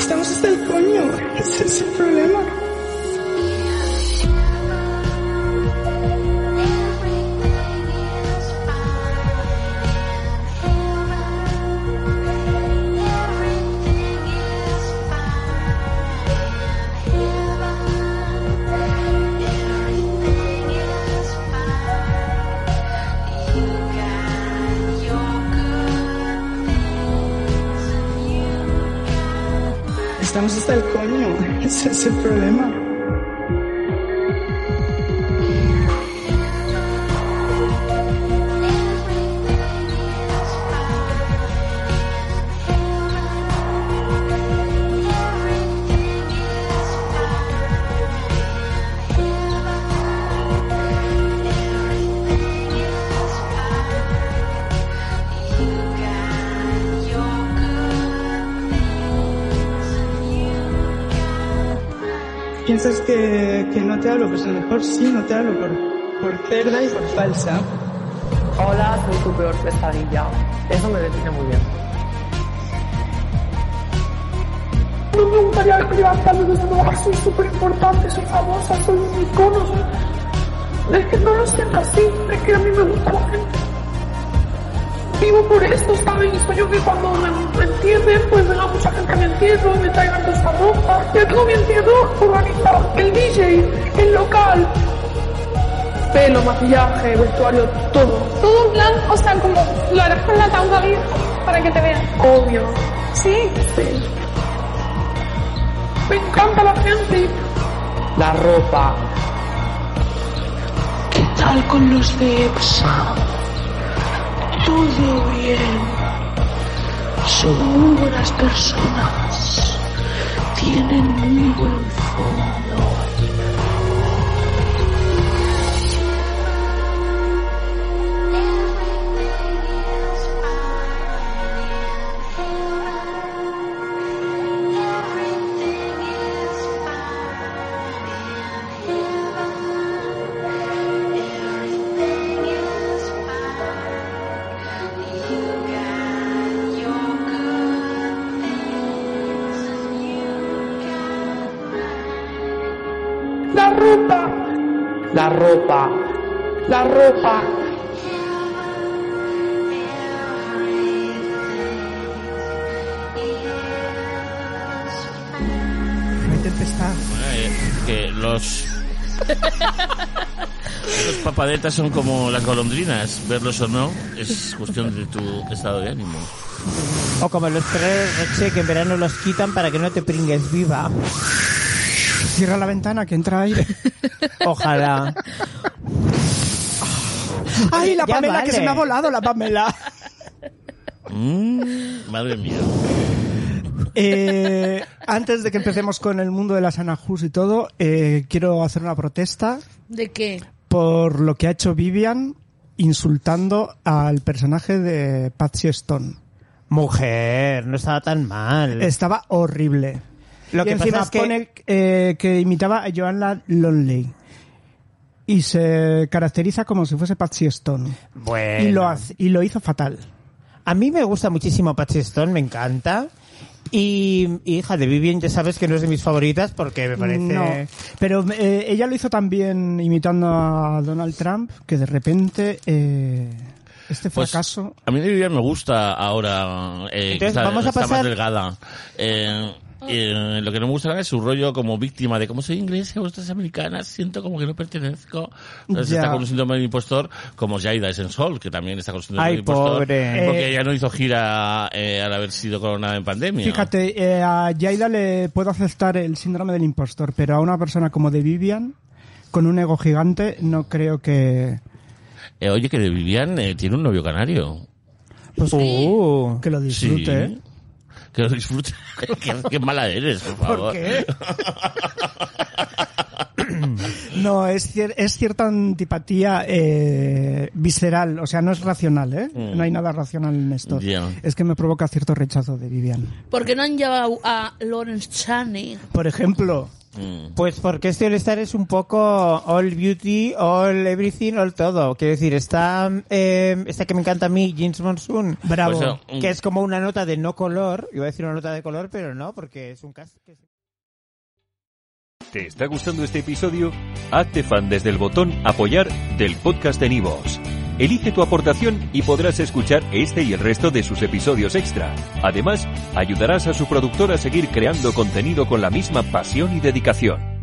Estamos hasta el coño. Ese es el problema. Estamos hasta el coño. Ese es el problema. Piensas que no te hablo, pues a lo mejor sí, no te hablo por cerda y por falsa. Hola, soy tu peor pesadilla. Eso me define muy bien. No me gustaría levantarme de nuevo, soy súper importante, soy famosa, soy un icono. Es que no lo siento así, es que a mí me gusta la gente. Vivo por esto, ¿sabes? Y soy yo que cuando me entienden, pues venga mucha gente a mi entierro y me traigan toda esta ropa. Yo tengo mi entierro organizado, el DJ, el local, pelo, maquillaje, vestuario, todo. Todo en plan, o sea, como lo harás con la tabla abierta para que te vean. Obvio. ¿Sí? Sí. Me encanta la gente. La ropa. ¿Qué tal con los de EPSA? Todo bien. Son muy buenas personas. Tienen muy buen fondo. La ropa. La ropa. La ropa. Hay tempestad. Que los papadetas son como las golondrinas, verlos o no es cuestión de tu estado de ánimo. O como los perros Reche, que en verano los quitan para que no te pringues viva. Cierra la ventana que entra aire. Ojalá. ¡Ay, la Ya Pamela, vale. que se me ha volado la Pamela! Madre mía. Antes de que empecemos con el mundo de las Anajus y todo, quiero hacer una protesta ¿De qué? por lo que ha hecho Vivian insultando al personaje de Patsy Stone. Mujer, no estaba tan mal. Estaba horrible. Lo Y que encima pasa es que... pone que imitaba a Joanna Lonely. Y se caracteriza como si fuese Patsy Stone. Bueno. Y lo hizo fatal. A mí me gusta muchísimo Patsy Stone, me encanta. Y hija de Vivian, ya sabes que no es de mis favoritas porque me parece... No, pero ella lo hizo también imitando a Donald Trump, que de repente este Pues, fracaso... a mí de Vivian me gusta ahora. Entonces, está, vamos a está pasar... más delgada. Lo que no me gusta nada es su rollo como víctima de como soy inglesa, vosotras americanas, siento como que no pertenezco. Entonces Ya. está con un síndrome del impostor, como Jaida Essensol, que también está con síndrome Ay, del impostor. pobre. Porque ella no hizo gira al haber sido coronada en pandemia. Fíjate, a Yaida le puedo aceptar el síndrome del impostor, pero a una persona como de Vivian, con un ego gigante, no creo que... Oye, que de Vivian tiene un novio canario. Pues que lo disfrute, Sí. Que lo disfrute. Qué mala eres, por favor. ¿Por qué? No, es cierta antipatía visceral, o sea, no es racional, ¿eh? No hay nada racional en esto. Ya. Es que me provoca cierto rechazo de Vivian. ¿Por qué no han llevado a Lawrence Chaney? Por ejemplo, Pues porque este All Star es un poco all beauty, all everything, all todo. Quiero decir, esta que me encanta a mí, Jeans Monsoon, Bravo. Pues, que es como una nota de no color. Iba a decir una nota de color, pero no, porque es un cast que... ¿Te está gustando este episodio? Hazte fan desde el botón Apoyar del podcast de Nivos. Elige tu aportación y podrás escuchar este y el resto de sus episodios extra. Además, ayudarás a su productor a seguir creando contenido con la misma pasión y dedicación.